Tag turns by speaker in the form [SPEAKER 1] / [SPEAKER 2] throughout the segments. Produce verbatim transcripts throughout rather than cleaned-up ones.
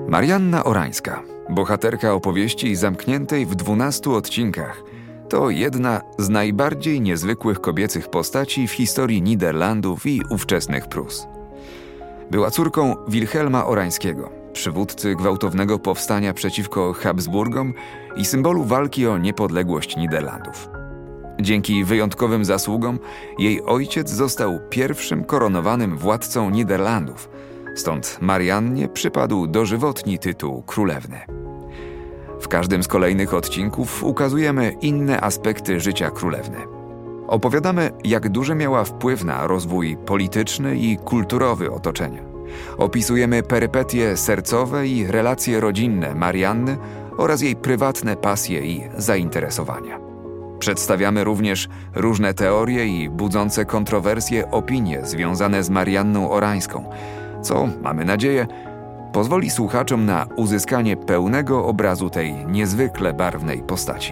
[SPEAKER 1] Marianna Orańska, bohaterka opowieści zamkniętej w dwunastu odcinkach, to jedna z najbardziej niezwykłych kobiecych postaci w historii Niderlandów i ówczesnych Prus. Była córką Wilhelma Orańskiego, przywódcy gwałtownego powstania przeciwko Habsburgom i symbolu walki o niepodległość Niderlandów. Dzięki wyjątkowym zasługom jej ojciec został pierwszym koronowanym władcą Niderlandów, stąd Mariannie przypadł dożywotni tytuł królewny. W każdym z kolejnych odcinków ukazujemy inne aspekty życia królewny. Opowiadamy, jak duży miała wpływ na rozwój polityczny i kulturowy otoczenia. Opisujemy perypetie sercowe i relacje rodzinne Marianny oraz jej prywatne pasje i zainteresowania. Przedstawiamy również różne teorie i budzące kontrowersje opinie związane z Marianną Orańską, co, mamy nadzieję, pozwoli słuchaczom na uzyskanie pełnego obrazu tej niezwykle barwnej postaci.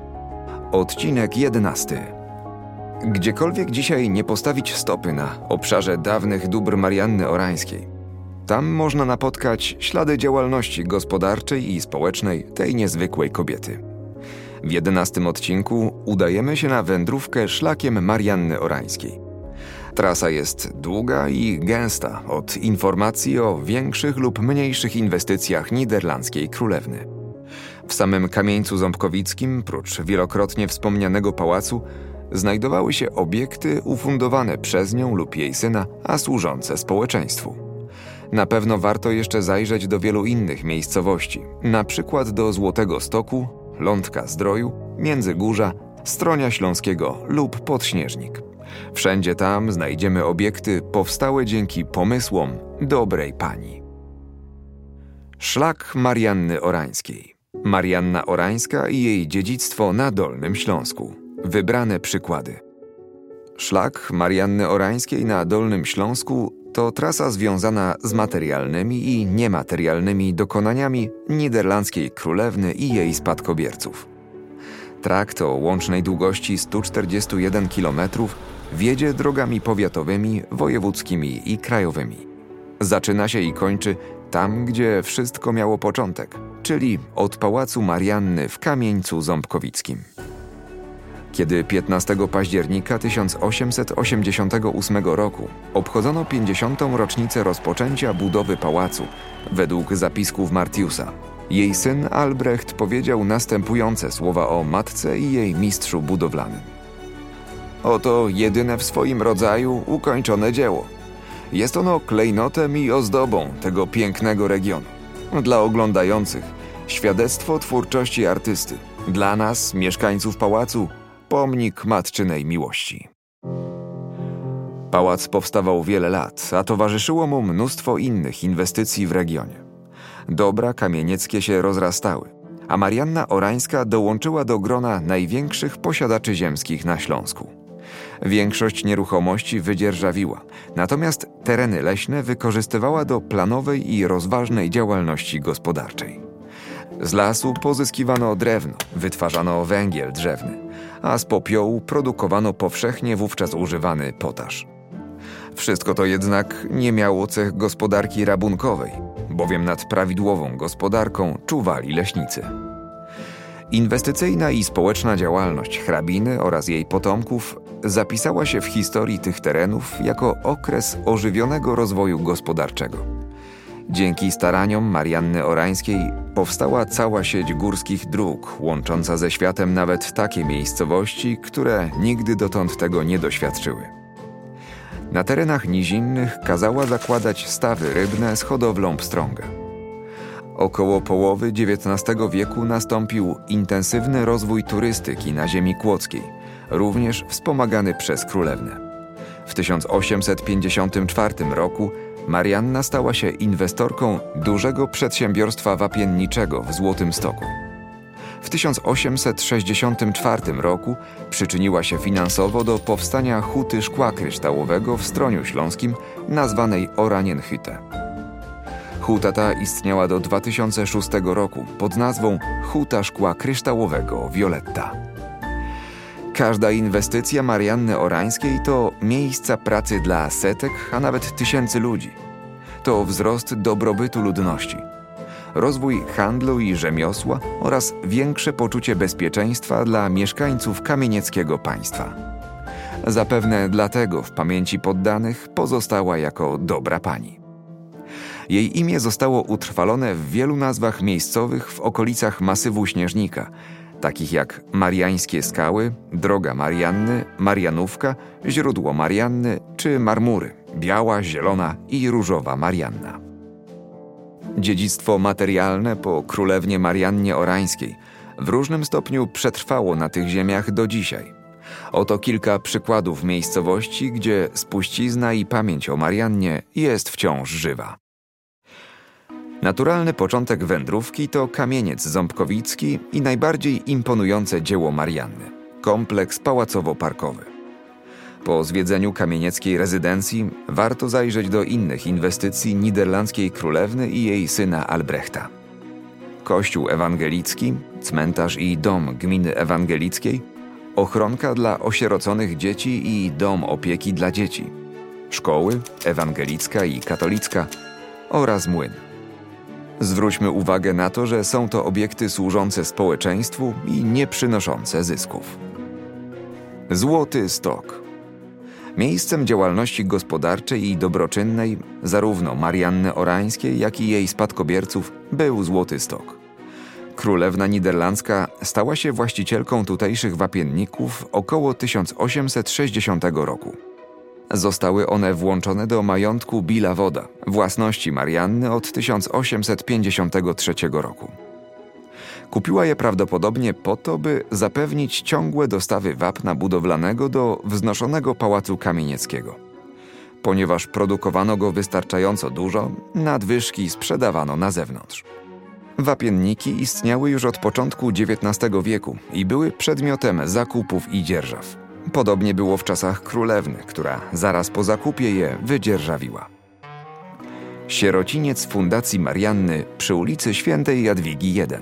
[SPEAKER 1] Odcinek jedenasty. Gdziekolwiek dzisiaj nie postawić stopy na obszarze dawnych dóbr Marianny Orańskiej, tam można napotkać ślady działalności gospodarczej i społecznej tej niezwykłej kobiety. W jedenastym odcinku udajemy się na wędrówkę szlakiem Marianny Orańskiej. Trasa jest długa i gęsta od informacji o większych lub mniejszych inwestycjach niderlandzkiej królewny. W samym Kamieńcu Ząbkowickim, prócz wielokrotnie wspomnianego pałacu, znajdowały się obiekty ufundowane przez nią lub jej syna, a służące społeczeństwu. Na pewno warto jeszcze zajrzeć do wielu innych miejscowości, na przykład do Złotego Stoku, Lądka Zdroju, Międzygórza, Stronia Śląskiego lub Podśnieżnik. Wszędzie tam znajdziemy obiekty powstałe dzięki pomysłom dobrej pani. Szlak Marianny Orańskiej. Marianna Orańska i jej dziedzictwo na Dolnym Śląsku. Wybrane przykłady. Szlak Marianny Orańskiej na Dolnym Śląsku to trasa związana z materialnymi i niematerialnymi dokonaniami niderlandzkiej królewny i jej spadkobierców. Trakt o łącznej długości sto czterdzieści jeden kilometrów wiedzie drogami powiatowymi, wojewódzkimi i krajowymi. Zaczyna się i kończy tam, gdzie wszystko miało początek, czyli od Pałacu Marianny w Kamieńcu Ząbkowickim. Kiedy piętnastego października tysiąc osiemset osiemdziesiątego ósmego roku obchodzono pięćdziesiątą rocznicę rozpoczęcia budowy pałacu, według zapisków Martiusa, jej syn Albrecht powiedział następujące słowa o matce i jej mistrzu budowlanym. Oto jedyne w swoim rodzaju ukończone dzieło. Jest ono klejnotem i ozdobą tego pięknego regionu. Dla oglądających świadectwo twórczości artysty. Dla nas, mieszkańców pałacu, pomnik matczynej miłości. Pałac powstawał wiele lat, a towarzyszyło mu mnóstwo innych inwestycji w regionie. Dobra kamienieckie się rozrastały, a Marianna Orańska dołączyła do grona największych posiadaczy ziemskich na Śląsku. Większość nieruchomości wydzierżawiła, natomiast tereny leśne wykorzystywała do planowej i rozważnej działalności gospodarczej. Z lasu pozyskiwano drewno, wytwarzano węgiel drzewny, a z popiołu produkowano powszechnie wówczas używany potaż. Wszystko to jednak nie miało cech gospodarki rabunkowej, bowiem nad prawidłową gospodarką czuwali leśnicy. Inwestycyjna i społeczna działalność hrabiny oraz jej potomków zapisała się w historii tych terenów jako okres ożywionego rozwoju gospodarczego. Dzięki staraniom Marianny Orańskiej powstała cała sieć górskich dróg, łącząca ze światem nawet takie miejscowości, które nigdy dotąd tego nie doświadczyły. Na terenach nizinnych kazała zakładać stawy rybne z hodowlą pstrąga. Około połowy dziewiętnastego wieku nastąpił intensywny rozwój turystyki na ziemi kłodzkiej, również wspomagany przez królewnę. W tysiąc osiemset pięćdziesiątym czwartym roku Marianna stała się inwestorką dużego przedsiębiorstwa wapienniczego w Złotym Stoku. W tysiąc osiemset sześćdziesiątym czwartym roku przyczyniła się finansowo do powstania huty szkła kryształowego w Stroniu Śląskim, nazwanej Oranienhütte. Huta ta istniała do dwa tysiące szóstego roku pod nazwą Huta Szkła Kryształowego Violetta. Każda inwestycja Marianny Orańskiej to miejsca pracy dla setek, a nawet tysięcy ludzi. To wzrost dobrobytu ludności. rozwój handlu i rzemiosła oraz większe poczucie bezpieczeństwa dla mieszkańców kamienieckiego państwa. Zapewne dlatego w pamięci poddanych pozostała jako dobra pani. Jej imię zostało utrwalone w wielu nazwach miejscowych w okolicach masywu Śnieżnika, takich jak Mariańskie Skały, Droga Marianny, Marianówka, Źródło Marianny czy Marmury, Biała, Zielona i Różowa Marianna. Dziedzictwo materialne po królewnie Mariannie Orańskiej w różnym stopniu przetrwało na tych ziemiach do dzisiaj. Oto kilka przykładów miejscowości, gdzie spuścizna i pamięć o Mariannie jest wciąż żywa. Naturalny początek wędrówki to kamieniec ząbkowicki i najbardziej imponujące dzieło Marianny – kompleks pałacowo-parkowy. Po zwiedzeniu kamienieckiej rezydencji warto zajrzeć do innych inwestycji niderlandzkiej królewny i jej syna Albrechta. Kościół ewangelicki, cmentarz i dom gminy ewangelickiej, ochronka dla osieroconych dzieci i dom opieki dla dzieci, szkoły ewangelicka i katolicka oraz młyn. Zwróćmy uwagę na to, że są to obiekty służące społeczeństwu i nie przynoszące zysków. Złoty Stok. Miejscem działalności gospodarczej i dobroczynnej zarówno Marianny Orańskiej, jak i jej spadkobierców był Złoty Stok. Królewna Niderlandzka stała się właścicielką tutejszych wapienników około tysiąc osiemset sześćdziesiątego roku. Zostały one włączone do majątku Billa Woda, własności Marianny od tysiąc osiemset pięćdziesiątego trzeciego roku. Kupiła je prawdopodobnie po to, by zapewnić ciągłe dostawy wapna budowlanego do wznoszonego pałacu kamienieckiego. Ponieważ produkowano go wystarczająco dużo, nadwyżki sprzedawano na zewnątrz. Wapienniki istniały już od początku dziewiętnastego wieku i były przedmiotem zakupów i dzierżaw. Podobnie było w czasach królewny, która zaraz po zakupie je wydzierżawiła. Sierociniec Fundacji Marianny przy ulicy Świętej Jadwigi jeden.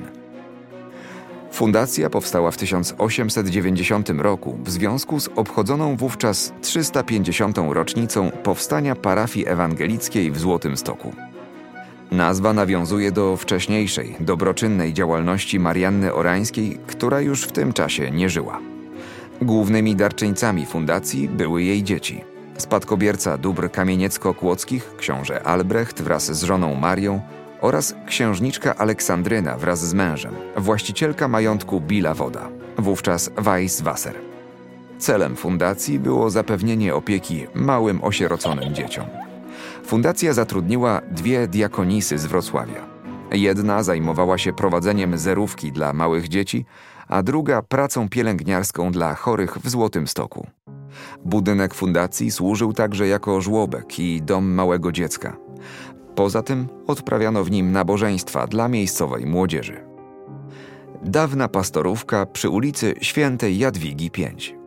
[SPEAKER 1] Fundacja powstała w tysiąc osiemset dziewięćdziesiątym roku w związku z obchodzoną wówczas trzysta pięćdziesiątą rocznicą powstania parafii ewangelickiej w Złotym Stoku. Nazwa nawiązuje do wcześniejszej, dobroczynnej działalności Marianny Orańskiej, która już w tym czasie nie żyła. Głównymi darczyńcami fundacji były jej dzieci. Spadkobierca dóbr kamieniecko-kłodzkich, książę Albrecht wraz z żoną Marią oraz księżniczka Aleksandryna wraz z mężem, właścicielka majątku Billa Woda, wówczas Weisswasser. Celem fundacji było zapewnienie opieki małym osieroconym dzieciom. Fundacja zatrudniła dwie diakonisy z Wrocławia. Jedna zajmowała się prowadzeniem zerówki dla małych dzieci, a druga pracą pielęgniarską dla chorych w Złotym Stoku. Budynek fundacji służył także jako żłobek i dom małego dziecka. Poza tym odprawiano w nim nabożeństwa dla miejscowej młodzieży. Dawna pastorówka przy ulicy Świętej Jadwigi pięć.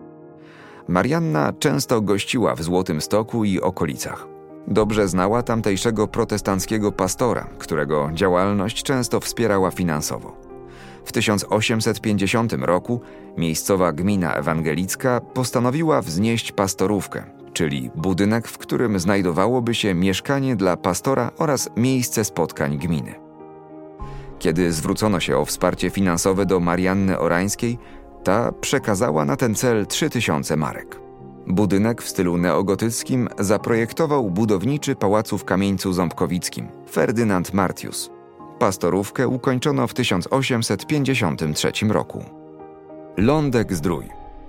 [SPEAKER 1] Marianna często gościła w Złotym Stoku i okolicach. Dobrze znała tamtejszego protestanckiego pastora, którego działalność często wspierała finansowo. W tysiąc osiemset pięćdziesiątym roku miejscowa gmina ewangelicka postanowiła wznieść pastorówkę, czyli budynek, w którym znajdowałoby się mieszkanie dla pastora oraz miejsce spotkań gminy. Kiedy zwrócono się o wsparcie finansowe do Marianny Orańskiej, ta przekazała na ten cel trzy tysiące marek. Budynek w stylu neogotyckim zaprojektował budowniczy pałacu w Kamieńcu Ząbkowickim Ferdynand Martius. Pastorówkę ukończono w tysiąc osiemset pięćdziesiątym trzecim roku. Lądek-Zdrój.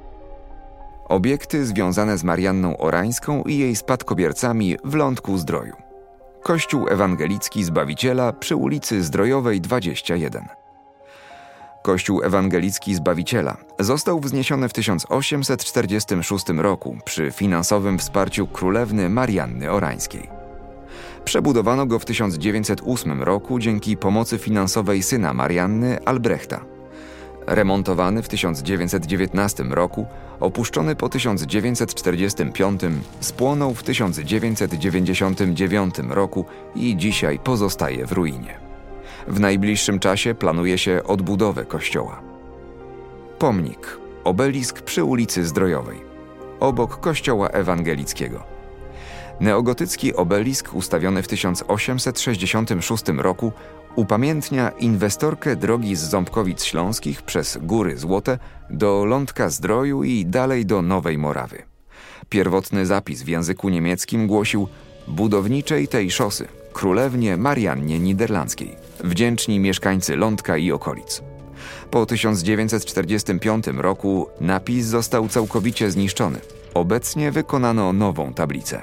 [SPEAKER 1] Obiekty związane z Marianną Orańską i jej spadkobiercami w Lądku-Zdroju. Kościół Ewangelicki Zbawiciela przy ulicy Zdrojowej dwadzieścia jeden. Kościół Ewangelicki Zbawiciela został wzniesiony w tysiąc osiemset czterdziestym szóstym roku przy finansowym wsparciu królewny Marianny Orańskiej. Przebudowano go w tysiąc dziewięćset ósmym roku dzięki pomocy finansowej syna Marianny, Albrechta. Remontowany w tysiąc dziewięćset dziewiętnastym roku, opuszczony po tysiąc dziewięćset czterdziestym piątym, spłonął w tysiąc dziewięćset dziewięćdziesiątym dziewiątym roku i dzisiaj pozostaje w ruinie. W najbliższym czasie planuje się odbudowę kościoła. Pomnik. Obelisk przy ulicy Zdrojowej, obok kościoła ewangelickiego. Neogotycki obelisk ustawiony w tysiąc osiemset sześćdziesiątym szóstym roku upamiętnia inwestorkę drogi z Ząbkowic Śląskich przez Góry Złote do Lądka-Zdroju i dalej do Nowej Morawy. Pierwotny zapis w języku niemieckim głosił: budowniczej tej szosy, królewnie Mariannie Niderlandzkiej, wdzięczni mieszkańcy Lądka i okolic. Po tysiąc dziewięćset czterdziestym piątym roku napis został całkowicie zniszczony. Obecnie wykonano nową tablicę.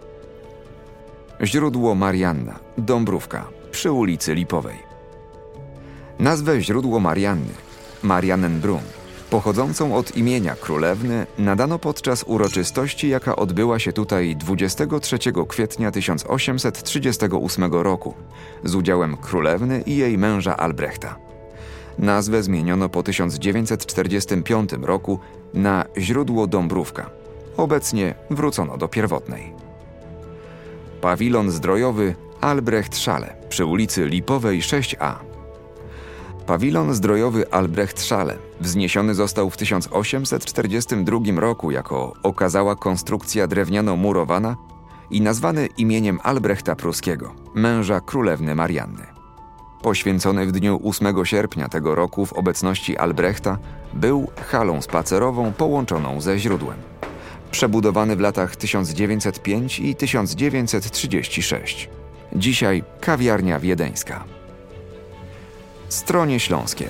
[SPEAKER 1] Źródło Marianna, Dąbrówka, przy ulicy Lipowej. Nazwę źródło Marianny, Mariannenbrunn, pochodzącą od imienia królewny, nadano podczas uroczystości, jaka odbyła się tutaj dwudziestego trzeciego kwietnia tysiąc osiemset trzydziestego ósmego roku z udziałem królewny i jej męża Albrechta. Nazwę zmieniono po tysiąc dziewięćset czterdziestym piątym roku na źródło Dąbrówka. Obecnie wrócono do pierwotnej. Pawilon zdrojowy Albrecht-Schale przy ulicy Lipowej sześć A. Pawilon zdrojowy Albrecht-Schale wzniesiony został w tysiąc osiemset czterdziestym drugim roku jako okazała konstrukcja drewniano-murowana i nazwany imieniem Albrechta Pruskiego, męża królewny Marianny. Poświęcony w dniu ósmego sierpnia tego roku w obecności Albrechta, był halą spacerową połączoną ze źródłem. Przebudowany w latach tysiąc dziewięćset piąty i tysiąc dziewięćset trzydziesty szósty. Dzisiaj kawiarnia wiedeńska. Stronie Śląskie.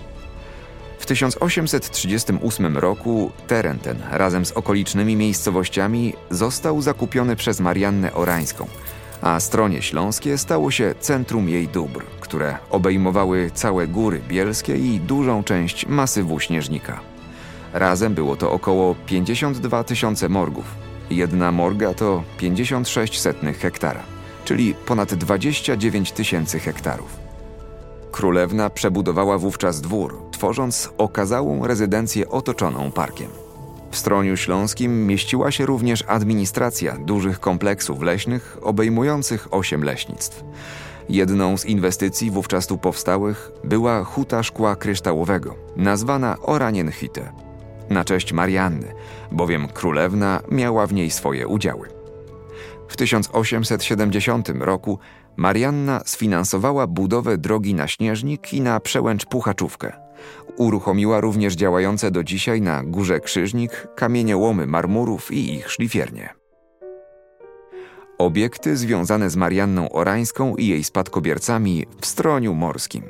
[SPEAKER 1] W tysiąc osiemset trzydziestym ósmym roku teren ten razem z okolicznymi miejscowościami został zakupiony przez Mariannę Orańską, a Stronie Śląskie stało się centrum jej dóbr, które obejmowały całe Góry Bielskie i dużą część masywu Śnieżnika. Razem było to około pięćdziesiąt dwa tysiące morgów. Jedna morga to pięćdziesiąt sześć setnych hektara, czyli ponad dwadzieścia dziewięć tysięcy hektarów. Królewna przebudowała wówczas dwór, tworząc okazałą rezydencję otoczoną parkiem. W Stroniu Śląskim mieściła się również administracja dużych kompleksów leśnych obejmujących osiem leśnictw. Jedną z inwestycji wówczas tu powstałych była huta szkła kryształowego, nazwana Oranienhütte, na cześć Marianny, bowiem królewna miała w niej swoje udziały. W tysiąc osiemset siedemdziesiątym roku Marianna sfinansowała budowę drogi na Śnieżnik i na przełęcz Puchaczówkę. Uruchomiła również działające do dzisiaj na Górze Krzyżnik kamieniołomy marmurów i ich szlifiernie. Obiekty związane z Marianną Orańską i jej spadkobiercami w Stroniu Morskim.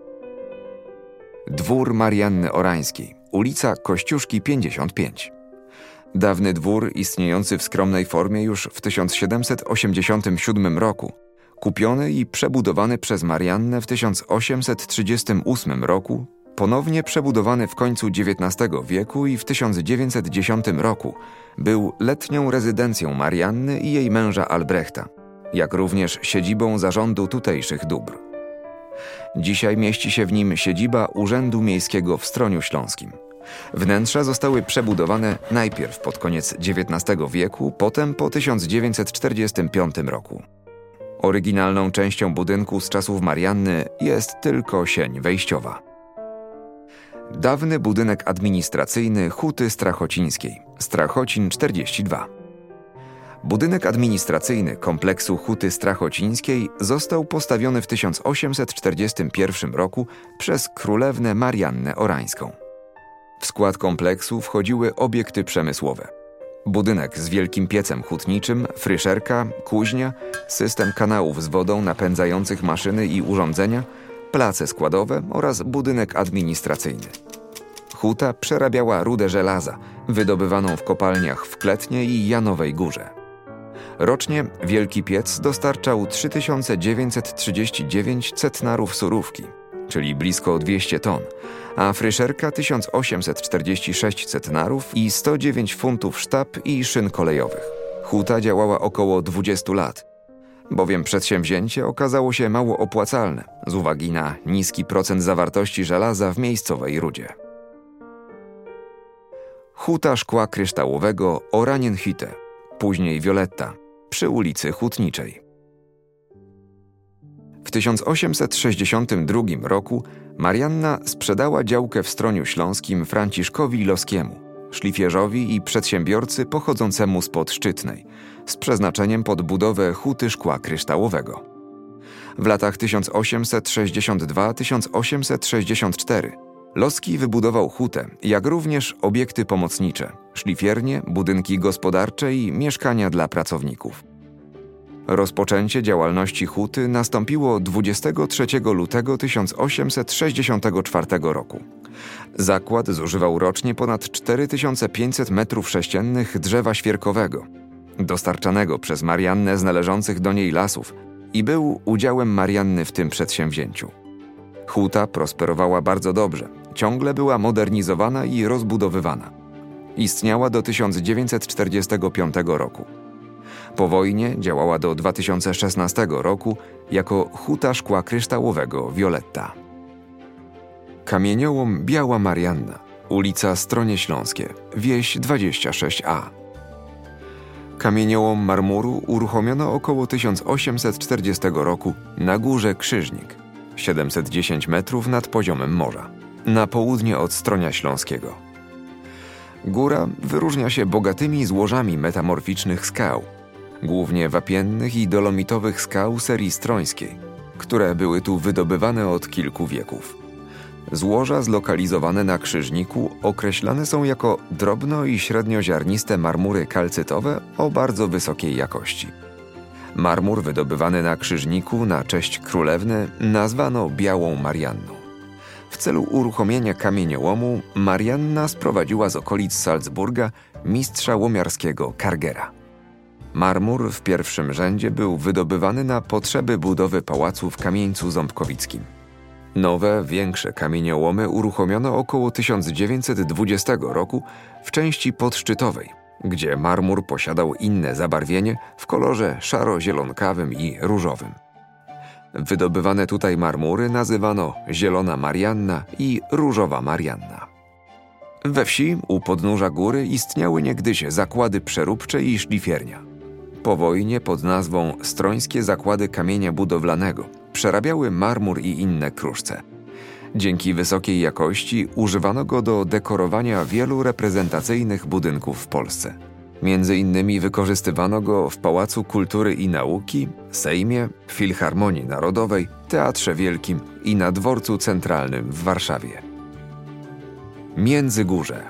[SPEAKER 1] Dwór Marianny Orańskiej, ulica Kościuszki pięćdziesiąt pięć. Dawny dwór, istniejący w skromnej formie już w tysiąc siedemset osiemdziesiątym siódmym roku, kupiony i przebudowany przez Mariannę w tysiąc osiemset trzydziestym ósmym roku, ponownie przebudowany w końcu dziewiętnastego wieku i w tysiąc dziewięćset dziesiątym roku, był letnią rezydencją Marianny i jej męża Albrechta, jak również siedzibą zarządu tutejszych dóbr. Dzisiaj mieści się w nim siedziba Urzędu Miejskiego w Stroniu Śląskim. Wnętrza zostały przebudowane najpierw pod koniec dziewiętnastego wieku, potem po tysiąc dziewięćset czterdziestym piątym roku. Oryginalną częścią budynku z czasów Marianny jest tylko sień wejściowa. Dawny budynek administracyjny Huty Strachocińskiej, Strachocin czterdzieści dwa. Budynek administracyjny kompleksu Huty Strachocińskiej został postawiony w tysiąc osiemset czterdziestym pierwszym roku przez królewnę Mariannę Orańską. W skład kompleksu wchodziły obiekty przemysłowe. Budynek z wielkim piecem hutniczym, fryszerka, kuźnia, system kanałów z wodą napędzających maszyny i urządzenia, place składowe oraz budynek administracyjny. Huta przerabiała rudę żelaza, wydobywaną w kopalniach w Kletnie i Janowej Górze. Rocznie wielki piec dostarczał trzy tysiące dziewięćset trzydzieści dziewięć cetnarów surówki, czyli blisko dwieście ton, a fryszerka tysiąc osiemset czterdzieści sześć cetnarów i sto dziewięć funtów sztab i szyn kolejowych. Huta działała około dwadzieścia lat, bowiem przedsięwzięcie okazało się mało opłacalne z uwagi na niski procent zawartości żelaza w miejscowej rudzie. Huta szkła kryształowego Oranienhütte, później Violetta, przy ulicy Hutniczej. W tysiąc osiemset sześćdziesiątym drugim roku Marianna sprzedała działkę w Stroniu Śląskim Franciszkowi Loskiemu, szlifierzowi i przedsiębiorcy pochodzącemu spod Szczytnej, z przeznaczeniem pod budowę huty szkła kryształowego. W latach tysiąc osiemset sześćdziesiąt dwa do tysiąc osiemset sześćdziesiąt cztery Loski wybudował hutę, jak również obiekty pomocnicze, szlifiernie, budynki gospodarcze i mieszkania dla pracowników. Rozpoczęcie działalności huty nastąpiło dwudziestego trzeciego lutego tysiąc osiemset sześćdziesiątego czwartego roku. Zakład zużywał rocznie ponad cztery tysiące pięćset metrów sześciennych drzewa świerkowego, dostarczanego przez Mariannę z należących do niej lasów, i był udziałem Marianny w tym przedsięwzięciu. Huta prosperowała bardzo dobrze, ciągle była modernizowana i rozbudowywana. Istniała do tysiąc dziewięćset czterdziestego piątego roku. Po wojnie działała do dwa tysiące szesnastego roku jako huta szkła kryształowego Violetta. Kamieniołom Biała Marianna, ulica Stronie Śląskie, wieś dwadzieścia sześć A. Kamieniołom marmuru uruchomiono około tysiąc osiemset czterdziestego roku na górze Krzyżnik, siedemset dziesięć metrów nad poziomem morza, na południe od Stronia Śląskiego. Góra wyróżnia się bogatymi złożami metamorficznych skał, głównie wapiennych i dolomitowych skał serii strońskiej, które były tu wydobywane od kilku wieków. Złoża zlokalizowane na Krzyżniku określane są jako drobno- i średnioziarniste marmury kalcytowe o bardzo wysokiej jakości. Marmur wydobywany na Krzyżniku na cześć królewny nazwano Białą Marianną. W celu uruchomienia kamieniołomu Marianna sprowadziła z okolic Salzburga mistrza łomiarskiego Kargera. Marmur w pierwszym rzędzie był wydobywany na potrzeby budowy pałacu w Kamieńcu Ząbkowickim. Nowe, większe kamieniołomy uruchomiono około tysiąc dziewięćset dwudziestego roku w części podszczytowej, gdzie marmur posiadał inne zabarwienie w kolorze szaro-zielonkawym i różowym. Wydobywane tutaj marmury nazywano Zielona Marianna i Różowa Marianna. We wsi u podnóża góry istniały niegdyś zakłady przeróbcze i szlifiernia. Po wojnie pod nazwą Strońskie Zakłady Kamienia Budowlanego przerabiały marmur i inne kruszce. Dzięki wysokiej jakości używano go do dekorowania wielu reprezentacyjnych budynków w Polsce. Między innymi wykorzystywano go w Pałacu Kultury i Nauki, Sejmie, Filharmonii Narodowej, Teatrze Wielkim i na Dworcu Centralnym w Warszawie. Międzygórze.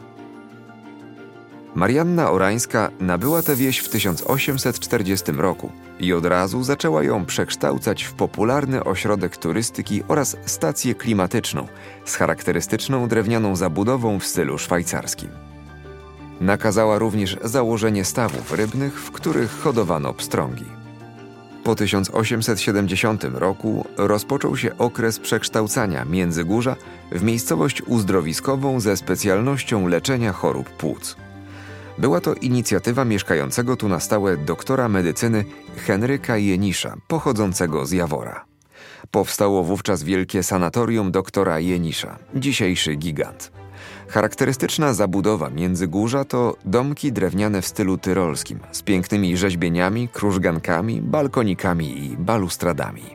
[SPEAKER 1] Marianna Orańska nabyła tę wieś w tysiąc osiemset czterdziestym roku i od razu zaczęła ją przekształcać w popularny ośrodek turystyki oraz stację klimatyczną z charakterystyczną drewnianą zabudową w stylu szwajcarskim. Nakazała również założenie stawów rybnych, w których hodowano pstrągi. Po tysiąc osiemset siedemdziesiątym roku rozpoczął się okres przekształcania Międzygórza w miejscowość uzdrowiskową ze specjalnością leczenia chorób płuc. Była to inicjatywa mieszkającego tu na stałe doktora medycyny Henryka Jenisza, pochodzącego z Jawora. Powstało wówczas wielkie sanatorium doktora Jenisza, dzisiejszy gigant. Charakterystyczna zabudowa Międzygórza to domki drewniane w stylu tyrolskim z pięknymi rzeźbieniami, krużgankami, balkonikami i balustradami.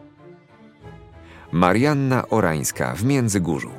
[SPEAKER 1] Marianna Orańska w Międzygórzu.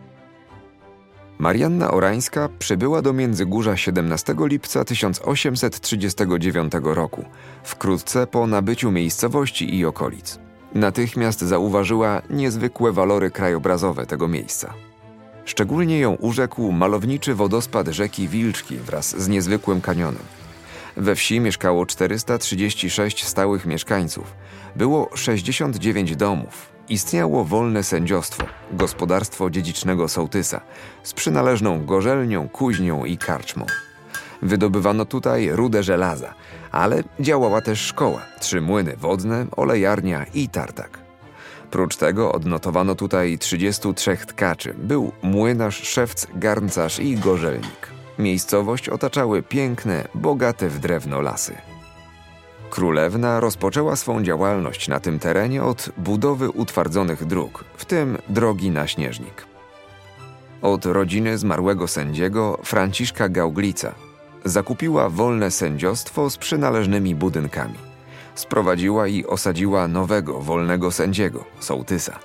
[SPEAKER 1] Marianna Orańska przybyła do Międzygórza siedemnastego lipca tysiąc osiemset trzydziestego dziewiątego roku, wkrótce po nabyciu miejscowości i okolic. Natychmiast zauważyła niezwykłe walory krajobrazowe tego miejsca. Szczególnie ją urzekł malowniczy wodospad rzeki Wilczki wraz z niezwykłym kanionem. We wsi mieszkało czterysta trzydzieści sześć stałych mieszkańców, było sześćdziesiąt dziewięć domów, istniało wolne sędziostwo, gospodarstwo dziedzicznego sołtysa z przynależną gorzelnią, kuźnią i karczmą. Wydobywano tutaj rudę żelaza, ale działała też szkoła, trzy młyny wodne, olejarnia i tartak. Prócz tego odnotowano tutaj trzydziestu trzech tkaczy, był młynarz, szewc, garncarz i gorzelnik. Miejscowość otaczały piękne, bogate w drewno lasy. Królewna rozpoczęła swą działalność na tym terenie od budowy utwardzonych dróg, w tym drogi na Śnieżnik. Od rodziny zmarłego sędziego Franciszka Gauglica zakupiła wolne sędziostwo z przynależnymi budynkami. Sprowadziła i osadziła nowego wolnego sędziego, sołtysa,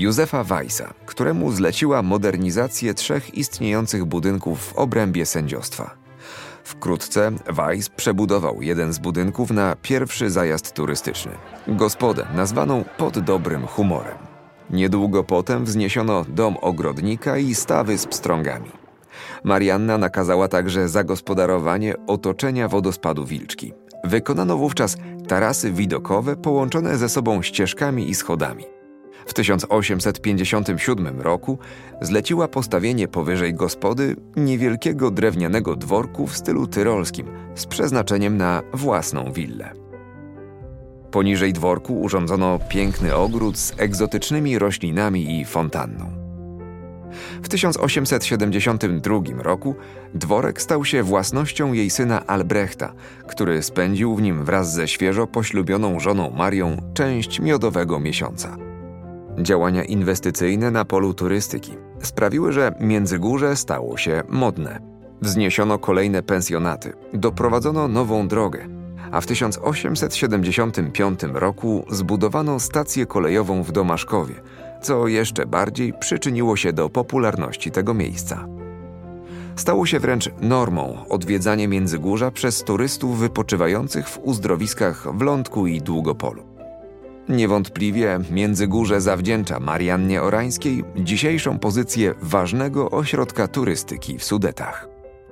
[SPEAKER 1] Józefa Weissa, któremu zleciła modernizację trzech istniejących budynków w obrębie sędziostwa. Wkrótce Weiss przebudował jeden z budynków na pierwszy zajazd turystyczny. Gospodę nazwaną Pod Dobrym Humorem. Niedługo potem wzniesiono dom ogrodnika i stawy z pstrągami. Marianna nakazała także zagospodarowanie otoczenia wodospadu Wilczki. Wykonano wówczas tarasy widokowe połączone ze sobą ścieżkami i schodami. W tysiąc osiemset pięćdziesiątym siódmym roku zleciła postawienie powyżej gospody niewielkiego drewnianego dworku w stylu tyrolskim z przeznaczeniem na własną willę. Poniżej dworku urządzono piękny ogród z egzotycznymi roślinami i fontanną. W tysiąc osiemset siedemdziesiątym drugim roku dworek stał się własnością jej syna Albrechta, który spędził w nim wraz ze świeżo poślubioną żoną Marią część miodowego miesiąca. Działania inwestycyjne na polu turystyki sprawiły, że Międzygórze stało się modne. Wzniesiono kolejne pensjonaty, doprowadzono nową drogę, a w tysiąc osiemset siedemdziesiątym piątym roku zbudowano stację kolejową w Domaszkowie, co jeszcze bardziej przyczyniło się do popularności tego miejsca. Stało się wręcz normą odwiedzanie Międzygórza przez turystów wypoczywających w uzdrowiskach w Lądku i Długopolu. Niewątpliwie Międzygórze zawdzięcza Mariannie Orańskiej dzisiejszą pozycję ważnego ośrodka turystyki w Sudetach.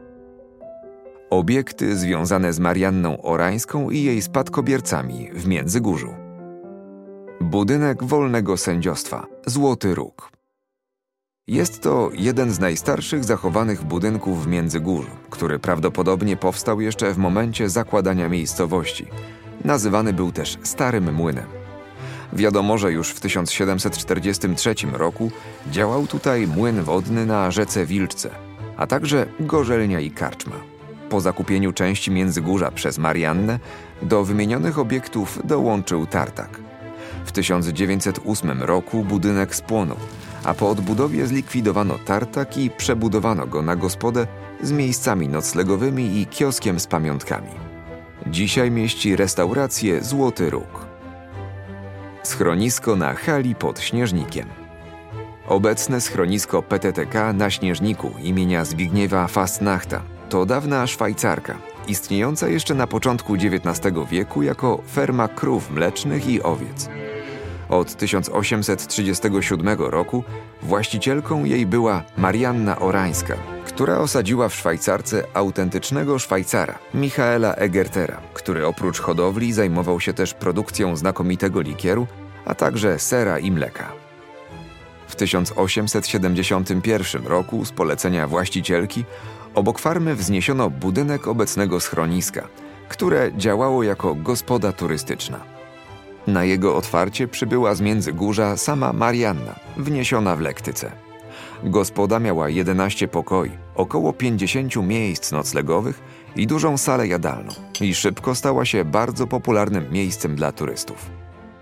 [SPEAKER 1] Obiekty związane z Marianną Orańską i jej spadkobiercami w Międzygórzu. Budynek Wolnego Sędziostwa, Złoty Róg. Jest to jeden z najstarszych zachowanych budynków w Międzygórzu, który prawdopodobnie powstał jeszcze w momencie zakładania miejscowości. Nazywany był też Starym Młynem. Wiadomo, że już w tysiąc siedemset czterdziestym trzecim roku działał tutaj młyn wodny na rzece Wilczce, a także gorzelnia i karczma. Po zakupieniu części Międzygórza przez Mariannę do wymienionych obiektów dołączył tartak. W tysiąc dziewięćset ósmym roku budynek spłonął, a po odbudowie zlikwidowano tartak i przebudowano go na gospodę z miejscami noclegowymi i kioskiem z pamiątkami. Dzisiaj mieści restaurację Złoty Róg. Schronisko na hali pod Śnieżnikiem. Obecne schronisko P T T K na Śnieżniku imienia Zbigniewa Fastnachta to dawna Szwajcarka, istniejąca jeszcze na początku dziewiętnastego wieku jako ferma krów mlecznych i owiec. Od tysiąc osiemset trzydziestego siódmego roku właścicielką jej była Marianna Orańska, która osadziła w Szwajcarce autentycznego Szwajcara, Michaela Egertera, który oprócz hodowli zajmował się też produkcją znakomitego likieru, a także sera i mleka. W tysiąc osiemset siedemdziesiątym pierwszym roku z polecenia właścicielki obok farmy wzniesiono budynek obecnego schroniska, które działało jako gospoda turystyczna. Na jego otwarcie przybyła z Międzygórza sama Marianna, wniesiona w lektyce. Gospoda miała jedenaście pokoi, około pięćdziesięciu miejsc noclegowych i dużą salę jadalną i szybko stała się bardzo popularnym miejscem dla turystów.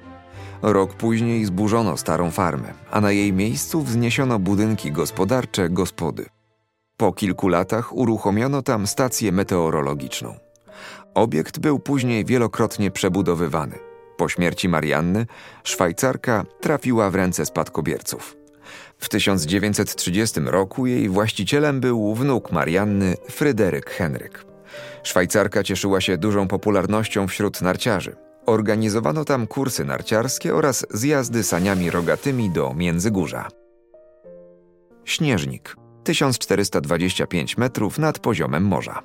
[SPEAKER 1] Rok później zburzono starą farmę, a na jej miejscu wzniesiono budynki gospodarcze gospody. Po kilku latach uruchomiono tam stację meteorologiczną. Obiekt był później wielokrotnie przebudowywany. Po śmierci Marianny Szwajcarka trafiła w ręce spadkobierców. W tysiąc dziewięćset trzydziestym roku jej właścicielem był wnuk Marianny, Fryderyk Henryk. Szwajcarka cieszyła się dużą popularnością wśród narciarzy. Organizowano tam kursy narciarskie oraz zjazdy saniami rogatymi do Międzygórza. Śnieżnik, tysiąc czterysta dwadzieścia pięć metrów nad poziomem morza.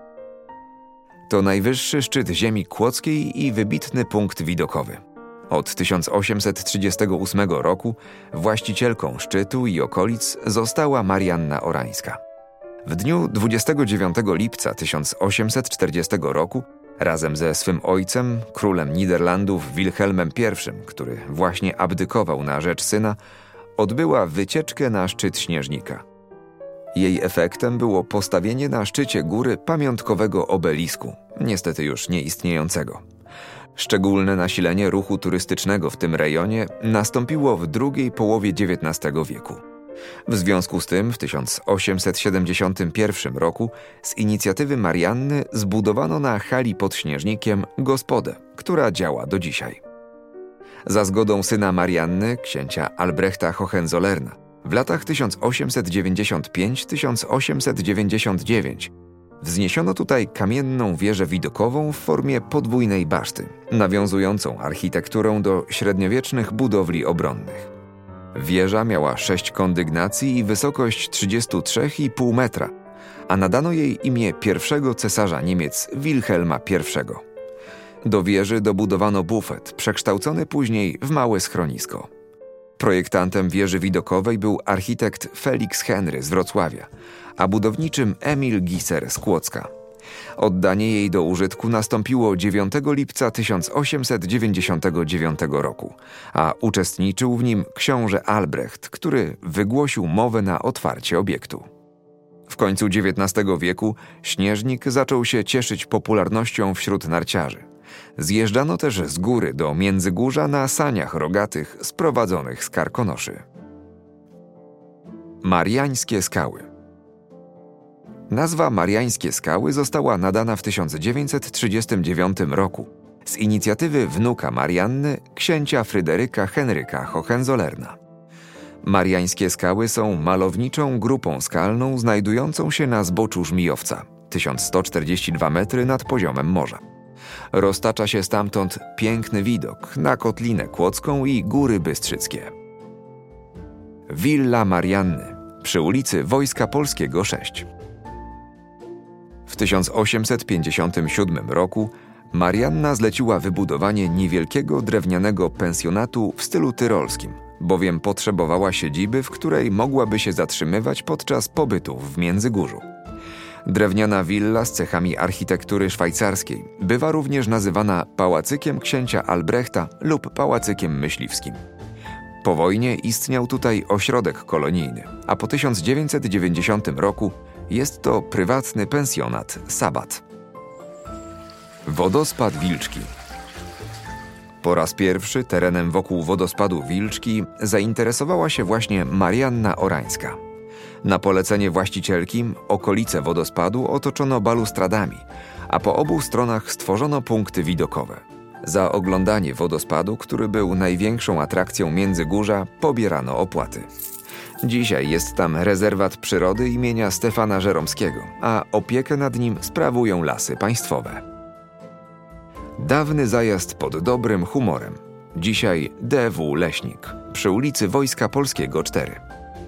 [SPEAKER 1] To najwyższy szczyt ziemi kłodzkiej i wybitny punkt widokowy. Od tysiąc osiemset trzydziestego ósmego roku właścicielką szczytu i okolic została Marianna Orańska. W dniu dwudziestego dziewiątego lipca tysiąc osiemset czterdziestego roku razem ze swym ojcem, królem Niderlandów Wilhelmem pierwszym, który właśnie abdykował na rzecz syna, odbyła wycieczkę na szczyt Śnieżnika. Jej efektem było postawienie na szczycie góry pamiątkowego obelisku, niestety już nieistniejącego. Szczególne nasilenie ruchu turystycznego w tym rejonie nastąpiło w drugiej połowie dziewiętnastego wieku. W związku z tym w tysiąc osiemset siedemdziesiątym pierwszym roku z inicjatywy Marianny zbudowano na hali pod Śnieżnikiem gospodę, która działa do dzisiaj. Za zgodą syna Marianny, księcia Albrechta Hohenzollerna, w latach tysiąc osiemset dziewięćdziesiąt pięć do tysiąc osiemset dziewięćdziesiąt dziewięć wzniesiono tutaj kamienną wieżę widokową w formie podwójnej baszty, nawiązującą architekturą do średniowiecznych budowli obronnych. Wieża miała sześć kondygnacji i wysokość trzydzieści trzy i pół metra, a nadano jej imię pierwszego cesarza Niemiec Wilhelma pierwszego. Do wieży dobudowano bufet, przekształcony później w małe schronisko. Projektantem wieży widokowej był architekt Felix Henry z Wrocławia, a budowniczym Emil Gisser z Kłodzka. Oddanie jej do użytku nastąpiło dziewiątego lipca tysiąc osiemset dziewięćdziesiątego dziewiątego roku, a uczestniczył w nim książę Albrecht, który wygłosił mowę na otwarcie obiektu. W końcu dziewiętnastego wieku Śnieżnik zaczął się cieszyć popularnością wśród narciarzy. Zjeżdżano też z góry do Międzygórza na saniach rogatych sprowadzonych z Karkonoszy. Mariańskie Skały. Nazwa Mariańskie Skały została nadana w tysiąc dziewięćset trzydziestym dziewiątym roku z inicjatywy wnuka Marianny, księcia Fryderyka Henryka Hohenzollerna. Mariańskie Skały są malowniczą grupą skalną znajdującą się na zboczu Żmijowca, tysiąc sto czterdzieści dwa metry nad poziomem morza. Roztacza się stamtąd piękny widok na Kotlinę Kłodzką i Góry Bystrzyckie. Willa Marianny przy ulicy Wojska Polskiego sześć. W tysiąc osiemset pięćdziesiątym siódmym roku Marianna zleciła wybudowanie niewielkiego drewnianego pensjonatu w stylu tyrolskim, bowiem potrzebowała siedziby, w której mogłaby się zatrzymywać podczas pobytów w Międzygórzu. Drewniana willa z cechami architektury szwajcarskiej bywa również nazywana pałacykiem księcia Albrechta lub pałacykiem myśliwskim. Po wojnie istniał tutaj ośrodek kolonijny, a po tysiąc dziewięćset dziewięćdziesiątym roku jest to prywatny pensjonat Sabat. Wodospad Wilczki. Po raz pierwszy terenem wokół wodospadu Wilczki zainteresowała się właśnie Marianna Orańska. Na polecenie właścicielki okolice wodospadu otoczono balustradami, a po obu stronach stworzono punkty widokowe. Za oglądanie wodospadu, który był największą atrakcją Międzygórza, pobierano opłaty. Dzisiaj jest tam rezerwat przyrody imienia Stefana Żeromskiego, a opiekę nad nim sprawują Lasy Państwowe. Dawny zajazd pod dobrym humorem. Dzisiaj D W Leśnik przy ulicy Wojska Polskiego cztery.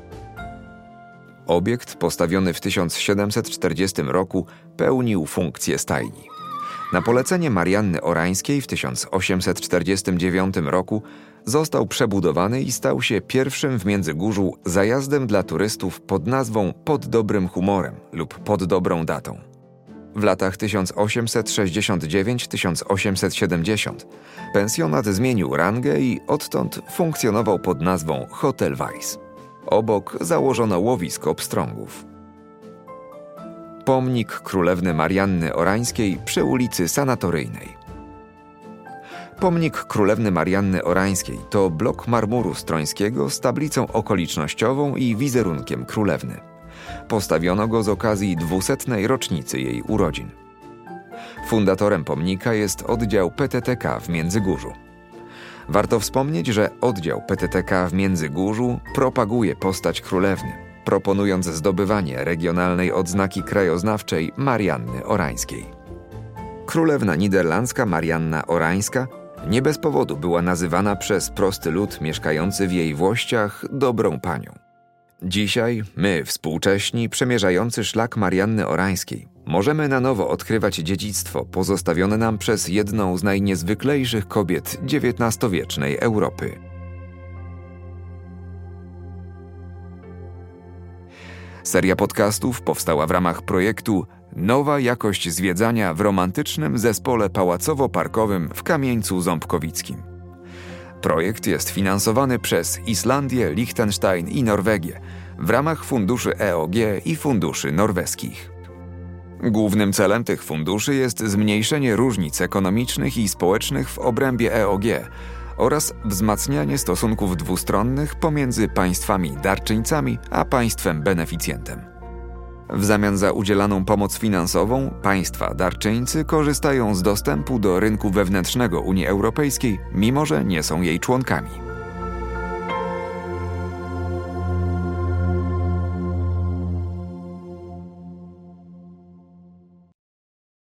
[SPEAKER 1] Obiekt postawiony w tysiąc siedemset czterdziestym roku pełnił funkcję stajni. Na polecenie Marianny Orańskiej w tysiąc osiemset czterdziestym dziewiątym roku został przebudowany i stał się pierwszym w Międzygórzu zajazdem dla turystów pod nazwą Pod dobrym humorem lub Pod dobrą datą. W latach tysiąc osiemset sześćdziesiąt dziewięć do tysiąc osiemset siedemdziesiąt pensjonat zmienił rangę i odtąd funkcjonował pod nazwą Hotel Weiss. Obok założono łowisko pstrągów. Pomnik królewny Marianny Orańskiej przy ulicy Sanatoryjnej. Pomnik królewny Marianny Orańskiej to blok marmuru strońskiego z tablicą okolicznościową i wizerunkiem królewny. Postawiono go z okazji dwusetnej rocznicy jej urodzin. Fundatorem pomnika jest oddział P T T K w Międzygórzu. Warto wspomnieć, że oddział P T T K w Międzygórzu propaguje postać królewny, proponując zdobywanie regionalnej odznaki krajoznawczej Marianny Orańskiej. Królewna niderlandzka Marianna Orańska nie bez powodu była nazywana przez prosty lud mieszkający w jej włościach dobrą panią. Dzisiaj my, współcześni, przemierzający szlak Marianny Orańskiej, możemy na nowo odkrywać dziedzictwo pozostawione nam przez jedną z najniezwyklejszych kobiet dziewiętnastowiecznej Europy. Seria podcastów powstała w ramach projektu Nowa jakość zwiedzania w romantycznym zespole pałacowo-parkowym w Kamieńcu Ząbkowickim. Projekt jest finansowany przez Islandię, Liechtenstein i Norwegię w ramach funduszy E O G i funduszy norweskich. Głównym celem tych funduszy jest zmniejszenie różnic ekonomicznych i społecznych w obrębie E O G oraz wzmacnianie stosunków dwustronnych pomiędzy państwami darczyńcami a państwem beneficjentem. W zamian za udzielaną pomoc finansową państwa darczyńcy korzystają z dostępu do rynku wewnętrznego Unii Europejskiej, mimo że nie są jej członkami.